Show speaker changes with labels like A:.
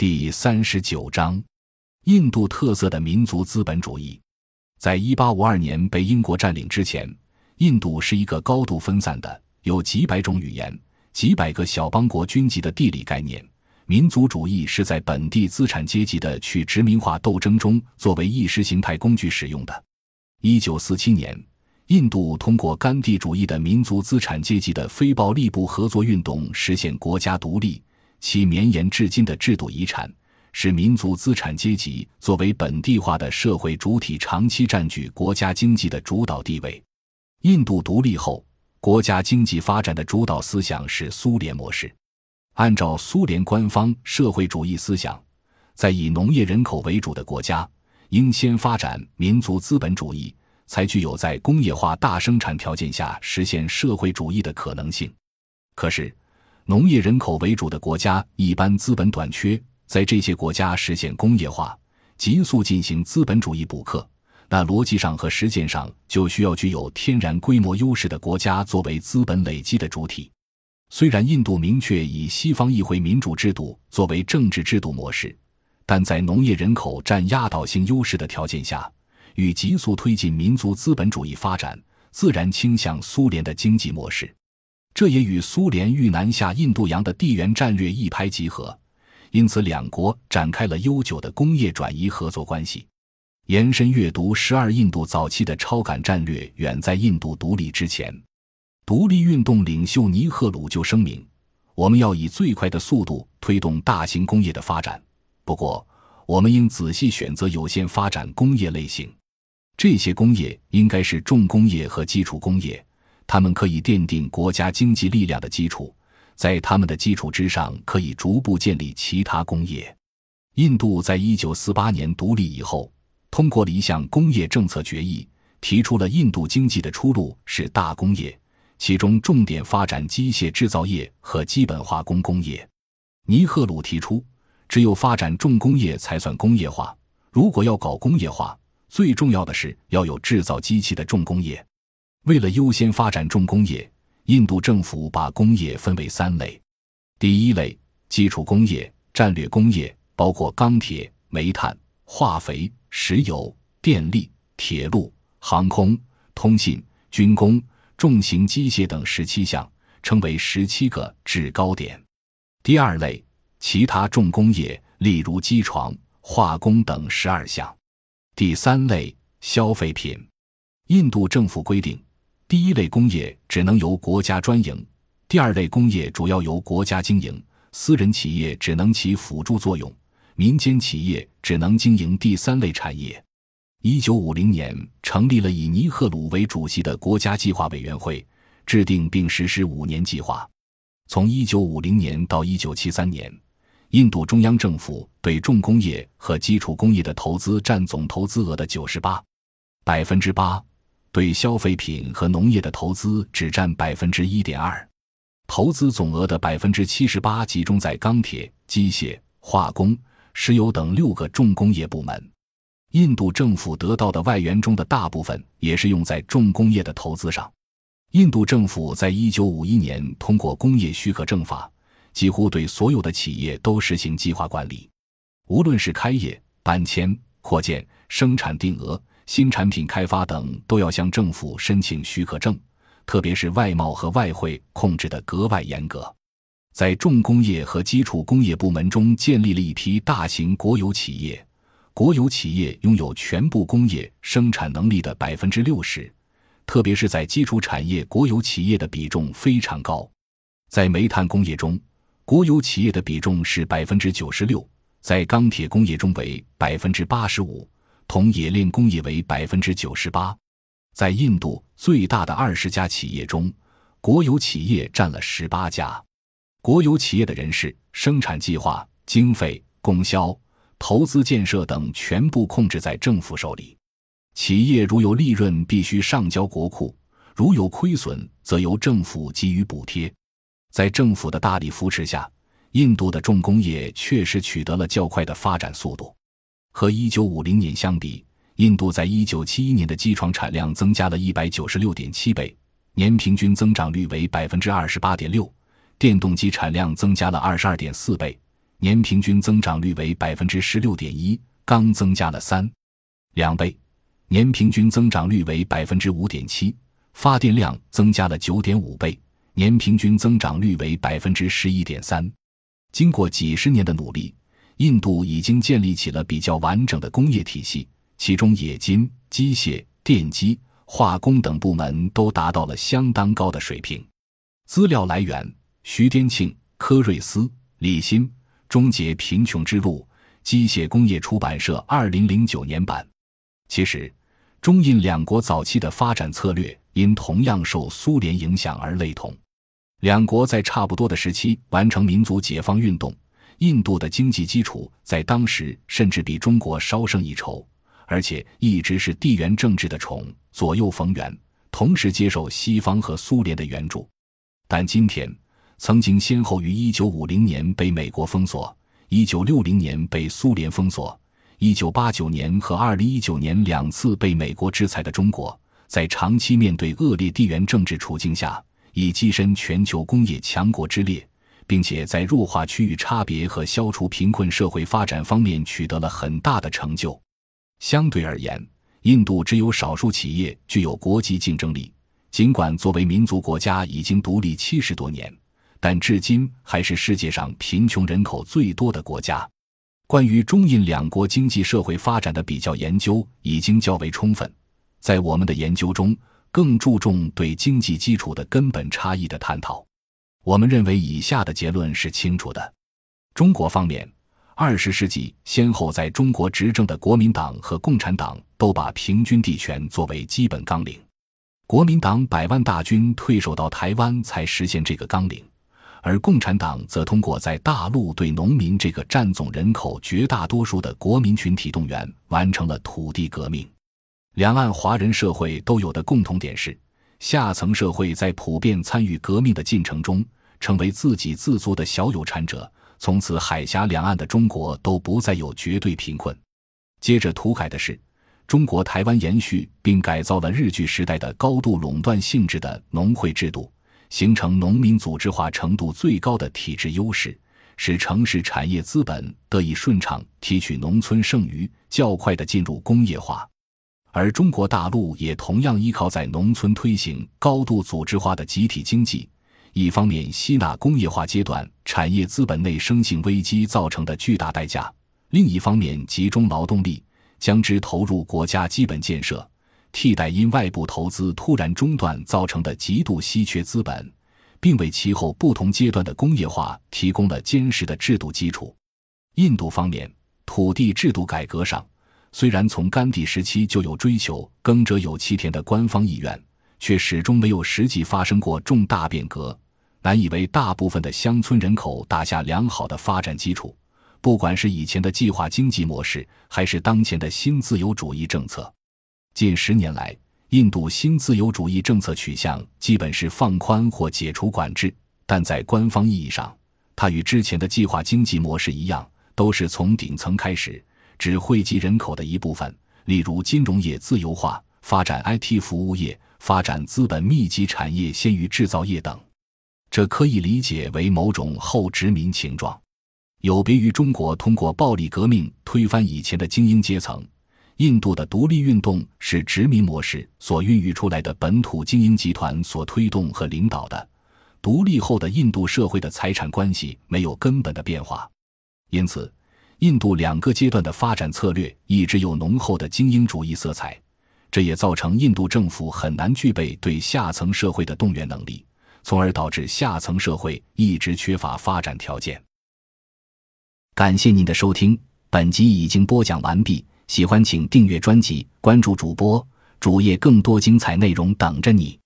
A: 第39章，印度特色的民族资本主义。在1852年被英国占领之前，印度是一个高度分散的、有几百种语言、几百个小邦国军级的地理概念。民族主义是在本地资产阶级的去殖民化斗争中作为意识形态工具使用的。1947年，印度通过甘地主义的民族资产阶级的非暴力不合作运动实现国家独立，其绵延至今的制度遗产是民族资产阶级作为本地化的社会主体长期占据国家经济的主导地位。印度独立后，国家经济发展的主导思想是苏联模式。按照苏联官方社会主义思想，在以农业人口为主的国家，应先发展民族资本主义，才具有在工业化大生产条件下实现社会主义的可能性。可是，农业人口为主的国家一般资本短缺，在这些国家实现工业化，急速进行资本主义补课，那逻辑上和实践上就需要具有天然规模优势的国家作为资本累积的主体。虽然印度明确以西方议会民主制度作为政治制度模式，但在农业人口占压倒性优势的条件下，与急速推进民族资本主义发展，自然倾向苏联的经济模式。这也与苏联欲南下印度洋的地缘战略一拍即合，因此两国展开了悠久的工业转移合作关系。延伸阅读印度早期的超感战略远在印度独立之前。独立运动领袖尼赫鲁就声明，我们要以最快的速度推动大型工业的发展，不过我们应仔细选择有限发展工业类型。这些工业应该是重工业和基础工业，它们可以奠定国家经济力量的基础，在它们的基础之上可以逐步建立其他工业。印度在1948年独立以后，通过了一项工业政策决议，提出了印度经济的出路是大工业，其中重点发展机械制造业和基本化工工业。尼赫鲁提出，只有发展重工业才算工业化，如果要搞工业化，最重要的是要有制造机器的重工业。为了优先发展重工业，印度政府把工业分为3类。第一类，基础工业、战略工业，包括钢铁、煤炭、化肥、石油、电力、铁路、航空、通信、军工、重型机械等17项，称为17个制高点。第二类，其他重工业，例如机床、化工等12项。第三类，消费品。印度政府规定，第一类工业只能由国家专营，第二类工业主要由国家经营，私人企业只能起辅助作用，民间企业只能经营第三类产业。1950年成立了以尼赫鲁为主席的国家计划委员会，制定并实施5年计划。从1950年到1973年，印度中央政府对重工业和基础工业的投资占总投资额的 98%， 对消费品和农业的投资只占 1.2%。 投资总额的 78% 集中在钢铁、机械、化工、石油等6个重工业部门。印度政府得到的外援中的大部分也是用在重工业的投资上。印度政府在1951年通过工业许可证法，几乎对所有的企业都实行计划管理。无论是开业、搬迁、扩建、生产定额、新产品开发等，都要向政府申请许可证，特别是外贸和外汇控制得格外严格。在重工业和基础工业部门中建立了一批大型国有企业，国有企业拥有全部工业生产能力的 60%， 特别是在基础产业，国有企业的比重非常高。在煤炭工业中，国有企业的比重是 96%， 在钢铁工业中为 85%， 铜冶炼工业为 98%。 在印度最大的20家企业中，国有企业占了18家。国有企业的人事、生产计划、经费、供销、投资建设等全部控制在政府手里。企业如有利润必须上交国库，如有亏损则由政府给予补贴。在政府的大力扶持下，印度的重工业确实取得了较快的发展速度。和1950年相比，印度在1971年的机床产量增加了 196.7 倍，年平均增长率为 28.6%， 电动机产量增加了 22.4 倍， 年平均增长率为 16.1%， 刚增加了3.2倍，年平均增长率为 5.7%， 发电量增加了 9.5 倍，年平均增长率为 11.3%。 经过几十年的努力，印度已经建立起了比较完整的工业体系，其中冶金、机械、电机、化工等部门都达到了相当高的水平。资料来源：徐滇庆、柯瑞斯、李欣，终结贫穷之路，机械工业出版社2009年版。其实，中印两国早期的发展策略因同样受苏联影响而类同。两国在差不多的时期完成民族解放运动，印度的经济基础在当时甚至比中国稍胜一筹，而且一直是地缘政治的宠，左右逢源，同时接受西方和苏联的援助。但今天，曾经先后于1950年被美国封锁，1960年被苏联封锁，1989年和2019年2次被美国制裁的中国，在长期面对恶劣地缘政治处境下，已跻身全球工业强国之列，并且在弱化区域差别和消除贫困社会发展方面取得了很大的成就。相对而言，印度只有少数企业具有国际竞争力，尽管作为民族国家已经独立70多年，但至今还是世界上贫穷人口最多的国家。关于中印两国经济社会发展的比较研究已经较为充分，在我们的研究中更注重对经济基础的根本差异的探讨。我们认为以下的结论是清楚的。中国方面，20世纪先后在中国执政的国民党和共产党都把平均地权作为基本纲领。国民党100万大军退守到台湾才实现这个纲领，而共产党则通过在大陆对农民这个占总人口绝大多数的国民群体动员，完成了土地革命。两岸华人社会都有的共同点是，下层社会在普遍参与革命的进程中，成为自给自足的小有产者，从此海峡两岸的中国都不再有绝对贫困。接着土改的是，中国台湾延续并改造了日据时代的高度垄断性质的农会制度，形成农民组织化程度最高的体制优势，使城市产业资本得以顺畅提取农村剩余，较快地进入工业化。而中国大陆也同样依靠在农村推行高度组织化的集体经济，一方面吸纳工业化阶段产业资本内生性危机造成的巨大代价，另一方面集中劳动力，将之投入国家基本建设，替代因外部投资突然中断造成的极度稀缺资本，并为其后不同阶段的工业化提供了坚实的制度基础。印度方面，土地制度改革上，虽然从甘地时期就有追求耕者有其田的官方意愿，却始终没有实际发生过重大变革，难以为大部分的乡村人口打下良好的发展基础，不管是以前的计划经济模式，还是当前的新自由主义政策。近10年来，印度新自由主义政策取向基本是放宽或解除管制，但在官方意义上，它与之前的计划经济模式一样，都是从顶层开始，只惠及人口的一部分，例如金融业自由化，发展 IT 服务业，发展资本密集产业先于制造业等。这可以理解为某种后殖民情状。有别于中国通过暴力革命推翻以前的精英阶层，印度的独立运动是殖民模式所孕育出来的本土精英集团所推动和领导的。独立后的印度社会的财产关系没有根本的变化，因此印度2个阶段的发展策略一直有浓厚的精英主义色彩，这也造成印度政府很难具备对下层社会的动员能力，从而导致下层社会一直缺乏发展条件。感谢您的收听，本集已经播讲完毕，喜欢请订阅专辑，关注主播，主页更多精彩内容等着你。